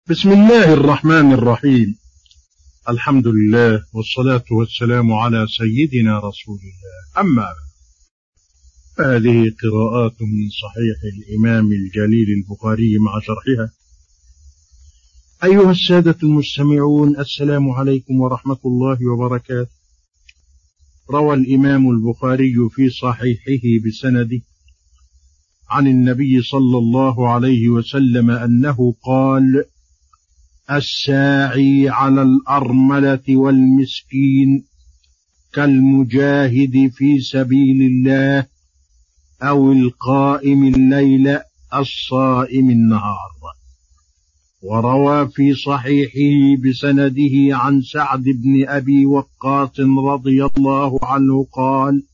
بسم الله الرحمن الرحيم. الحمد لله والصلاة والسلام على سيدنا رسول الله، أما هذه قراءات من صحيح الإمام الجليل البخاري مع شرحها. أيها السادة المستمعون، السلام عليكم ورحمة الله وبركاته. روى الإمام البخاري في صحيحه بسنده عن النبي صلى الله عليه وسلم أنه قال: الساعي على الأرملة والمسكين كالمجاهد في سبيل الله أو القائم الليل الصائم النهار. وروى في صحيحه بسنده عن سعد بن أبي وقاص رضي الله عنه قال: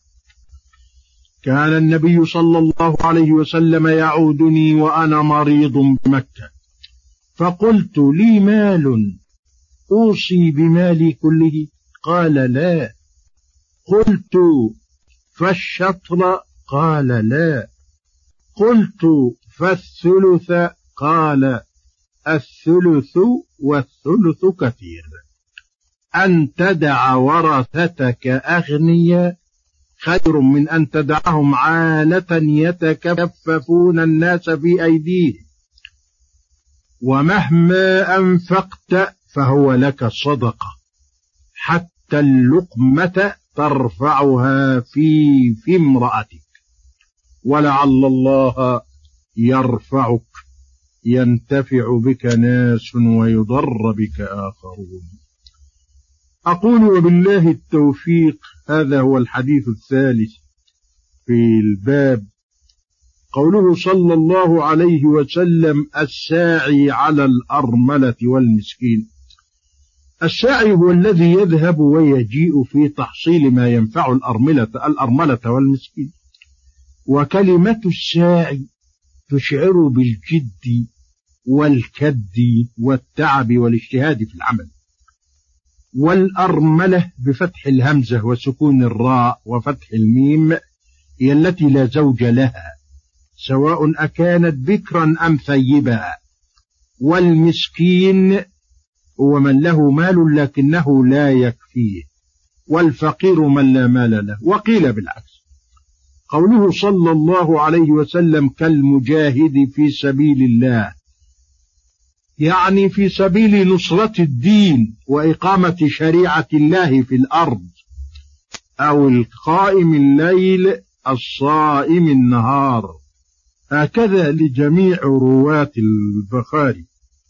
كان النبي صلى الله عليه وسلم يعودني وأنا مريض بمكة، فقلت: لي مال أوصي بمالي كله؟ قال: لا. قلت: فالشطر؟ قال: لا. قلت: فالثلث؟ قال: الثلث والثلث كثير. أن تدع ورثتك أغنياء خير من أن تدعهم عالة يتكففون الناس في أيديهم، ومهما أنفقت فهو لك صدقة، حتى اللقمة ترفعها في امرأتك، ولعل الله يرفعك، ينتفع بك ناس ويضر بك آخرون. أقول وبالله التوفيق. هذا هو الحديث الثالث في الباب. قوله صلى الله عليه وسلم: الساعي على الأرملة والمسكين. الساعي هو الذي يذهب ويجيء في تحصيل ما ينفع الأرملة والمسكين. وكلمة الساعي تشعر بالجد والكد والتعب والاجتهاد في العمل. والأرملة بفتح الهمزة وسكون الراء وفتح الميم هي التي لا زوج لها، سواء أكانت بكرا أم ثيبا. والمسكين هو من له مال لكنه لا يكفيه، والفقير من لا مال له. وقيل بالعكس. قوله صلى الله عليه وسلم: كالمجاهد في سبيل الله، يعني في سبيل نصرة الدين وإقامة شريعة الله في الأرض، أو القائم الليل الصائم النهار. هكذا لجميع رواة البخاري،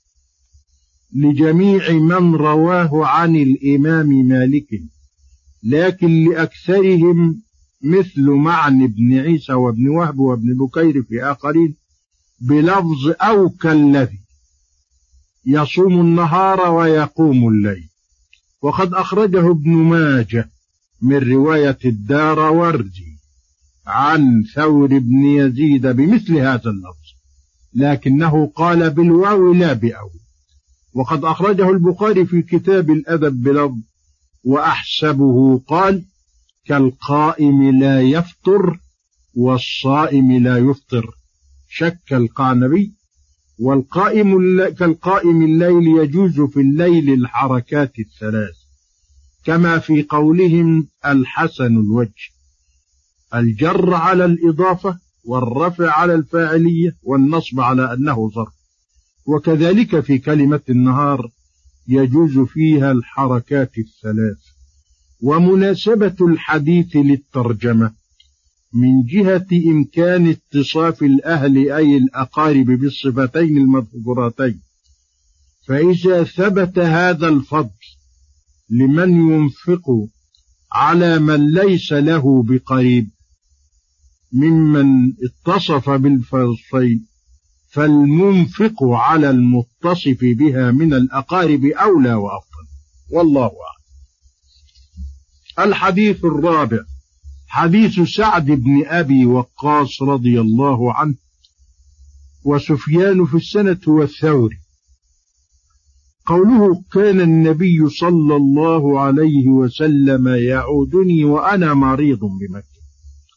لجميع من رواه عن الإمام مالك، لكن لأكثرهم مثل معن بن عيسى وابن وهب وابن بكير في آخرين بلفظ أو كالذي يصوم النهار ويقوم الليل. وقد أخرجه ابن ماجه من رواية الداروردي عن ثور بن يزيد بمثل هذا اللفظ، لكنه قال بالواو لا بأو. وقد أخرجه البخاري في كتاب الأدب بلفظ: وأحسبه قال: كالقائم لا يفطر والصائم لا يفطر. شك القعنبي. كالقائم الليل يجوز في الليل الحركات الثلاث، كما في قولهم الحسن الوجه: الجر على الإضافة، والرفع على الفاعلية، والنصب على أنه ظرف. وكذلك في كلمة النهار يجوز فيها الحركات الثلاث. ومناسبة الحديث للترجمة من جهة إمكان اتصاف الأهل أي الأقارب بالصفتين المذكورتين. فإذا ثبت هذا الفضل لمن ينفق على من ليس له بقريب ممن اتصف بالفضلين، فالمنفق على المتصف بها من الأقارب أولى وأفضل، والله أعلم. الحديث الرابع حديث سعد بن أبي وقاص رضي الله عنه. وسفيان في السنة هو الثوري. قوله: كان النبي صلى الله عليه وسلم يعودني وأنا مريض بمكة،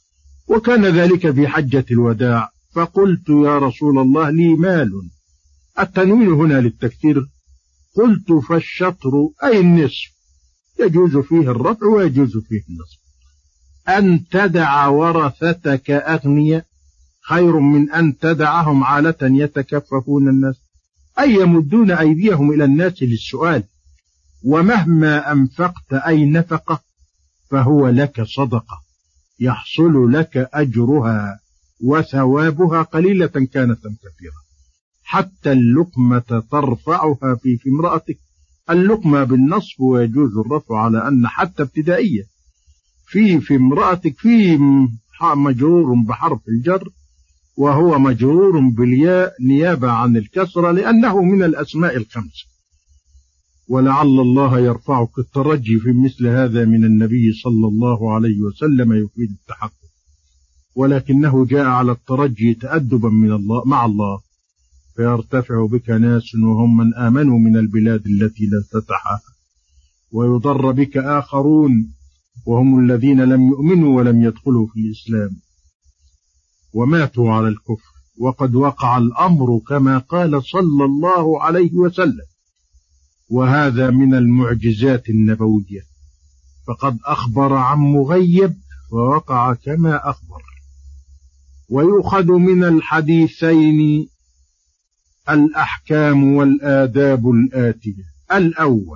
وكان ذلك في حجة الوداع. فقلت: يا رسول الله، لي مال التنوين هنا للتكثير. قلت فالشطر أي النصف، يجوز فيه الرفع ويجوز فيه النصب. أن تدع ورثتك أغنياء خير من أن تدعهم عالة يتكففون الناس، أي يمدون أيديهم إلى الناس للسؤال. ومهما أنفقت أي نفقة فهو لك صدقة يحصل لك أجرها وثوابها قليلة كانت أم كثيرة. حتى اللقمة ترفعها في امرأتك، اللقمة بالنصب ويجوز الرفع على أن حتى ابتدائية. في امرأتك في مجرور بحرف الجر وهو مجرور بالياء نيابة عن الكسرة لأنه من الأسماء الخمسة. ولعل الله يرفعك الترجي في مثل هذا من النبي صلى الله عليه وسلم يفيد التحقق، ولكنه جاء على الترجي تأدبا من الله مع الله، فيرتفع بك ناس وهم من آمنوا من البلاد التي لا فتحها، ويضر بك آخرون وهم الذين لم يؤمنوا ولم يدخلوا في الإسلام وماتوا على الكفر، وقد وقع الأمر كما قال صلى الله عليه وسلم. وهذا من المعجزات النبوية، فقد أخبر عن مغيب ووقع كما أخبر. ويؤخذ من الحديثين الأحكام والآداب الآتية. الأول،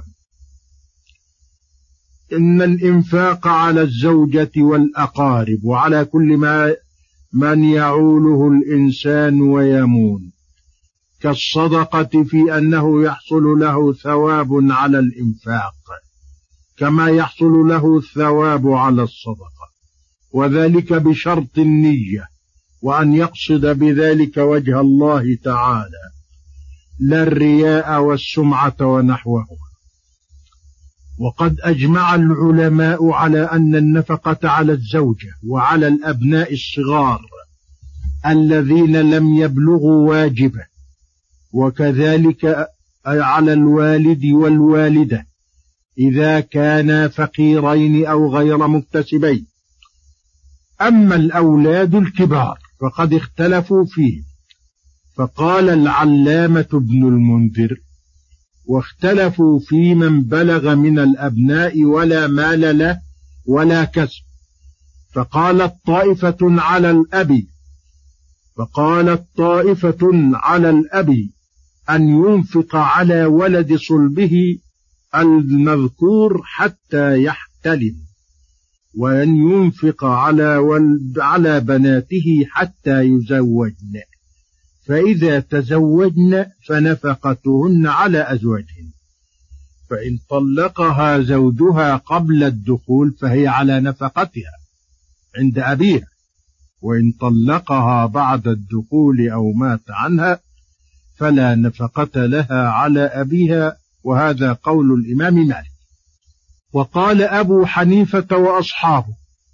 إن الإنفاق على الزوجة والأقارب وعلى كل من يعوله الإنسان ويمون كالصدقة في أنه يحصل له ثواب على الإنفاق كما يحصل له الثواب على الصدقة، وذلك بشرط النية، وأن يقصد بذلك وجه الله تعالى لا الرياء والسمعة ونحوه. وقد أجمع العلماء على أن النفقة على الزوجة وعلى الأبناء الصغار الذين لم يبلغوا واجبه، وكذلك على الوالد والوالدة إذا كانا فقيرين أو غير مكتسبين. أما الأولاد الكبار فقد اختلفوا فيه، فقال العلامة ابن المنذر: واختلفوا في من بلغ من الأبناء ولا مال له ولا كسب، فقالت طائفة على الأب أن ينفق على ولد صلبه المذكور حتى يحتلم، وأن ينفق على بناته حتى يزوجن، فإذا تزوجن فنفقتهن على أزواجهن، فإن طلقها زوجها قبل الدخول فهي على نفقتها عند أبيها، وإن طلقها بعد الدخول أو مات عنها فلا نفقة لها على أبيها، وهذا قول الإمام مالك. وقال أبو حنيفة وأصحابه: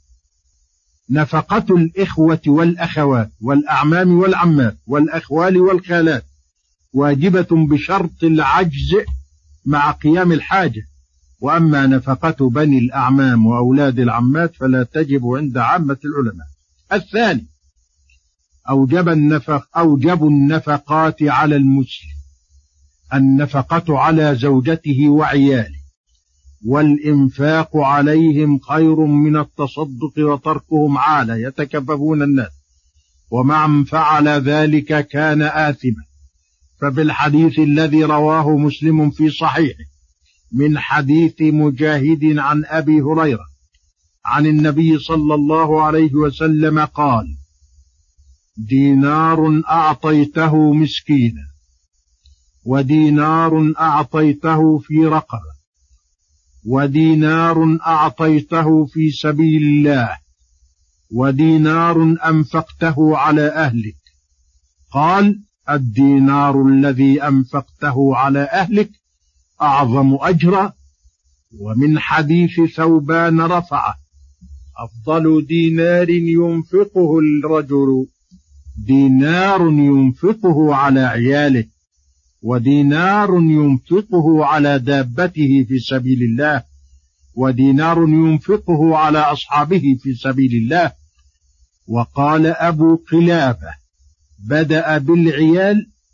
نفقة الإخوة والأخوات والأعمام والعمات والأخوال والخالات واجبة بشرط العجز مع قيام الحاجة، وأما نفقة بني الأعمام وأولاد العمات فلا تجب عند عامة العلماء. الثاني، أوجب النفقات على المسلم النفقة على زوجته وعياله، والإنفاق عليهم خير من التصدق وتركهم عالة يتكففون الناس، ومن فعل ذلك كان آثما. فبالحديث الذي رواه مسلم في صحيحه من حديث مجاهد عن أبي هريرة عن النبي صلى الله عليه وسلم قال: دينار أعطيته مسكينا، ودينار أعطيته في رقبة، ودينار أعطيته في سبيل الله، ودينار أنفقته على أهلك. قال: الدينار الذي أنفقته على أهلك أعظم أجرا. ومن حديث ثوبان رفعه: أفضل دينار ينفقه الرجل دينار ينفقه على عياله، ودينار ينفقه على دابته في سبيل الله، ودينار ينفقه على أصحابه في سبيل الله. وقال أبو قلابة: بدأ بالعيال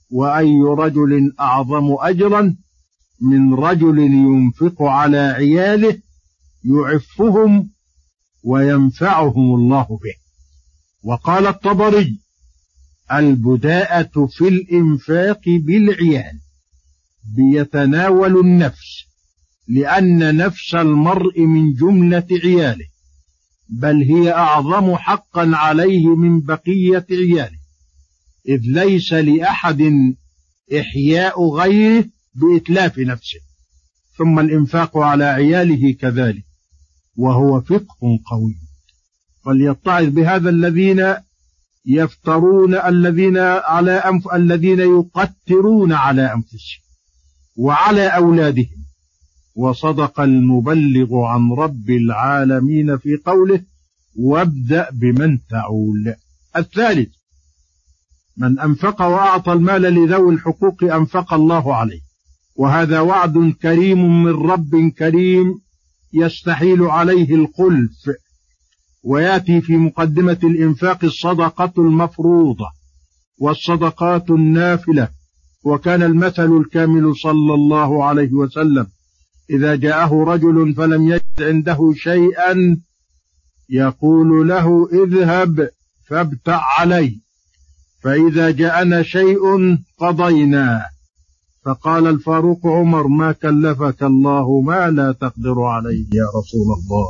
وأي رجل أعظم أجرا من رجل ينفق على عياله يعفهم وينفعهم الله به. وقال الطبري: البداءة في الإنفاق بالعيال بيتناول النفس، لأن نفس المرء من جملة عياله، بل هي أعظم حقا عليه من بقية عياله، إذ ليس لأحد إحياء غيره بإتلاف نفسه. ثم الإنفاق على عياله كذلك، وهو فقه قوي. وليتعظ بهذا الذين يفترون، الذين يقترون على أنفسهم وعلى أولادهم. وصدق المبلغ عن رب العالمين في قوله: وابدأ بمن تعول. الثالث: من أنفق وأعطى المال لذوي الحقوق أنفق الله عليه، وهذا وعد كريم من رب كريم يستحيل عليه الخلف. ويأتي في مقدمة الإنفاق الصدقة المفروضة والصدقات النافلة. وكان المثل الكامل صلى الله عليه وسلم إذا جاءه رجل فلم يجد عنده شيئا يقول له: اذهب فابتع عليه، فإذا جاءنا شيء قضيناه. فقال الفاروق عمر: ما كلفك الله ما لا تقدر عليه يا رسول الله.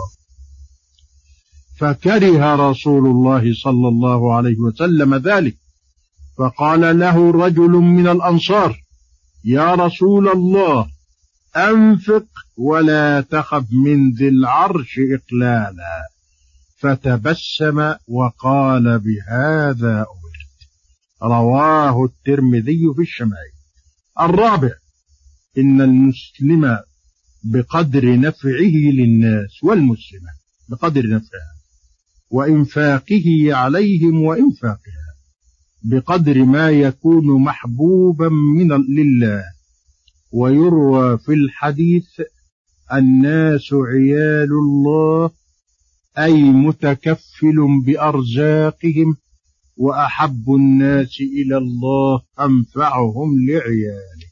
فكره رسول الله صلى الله عليه وسلم ذلك، فقال له رجل من الأنصار: يا رسول الله، أنفق ولا تخف من ذي العرش إقلالا. فتبسم وقال: بهذا أمرت. رواه الترمذي في الشمائل. الرابع: إن المسلم بقدر نفعه للناس، والمسلمة بقدر نفعها وإنفاقه عليهم وإنفاقها بقدر ما يكون محبوبا لله. ويروى في الحديث: الناس عيال الله، أي متكفل بأرزاقهم، وأحب الناس إلى الله أنفعهم لعياله.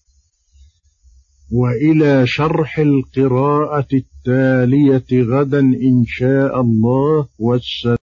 وإلى شرح القراءة التالية غدا إن شاء الله. والسلام.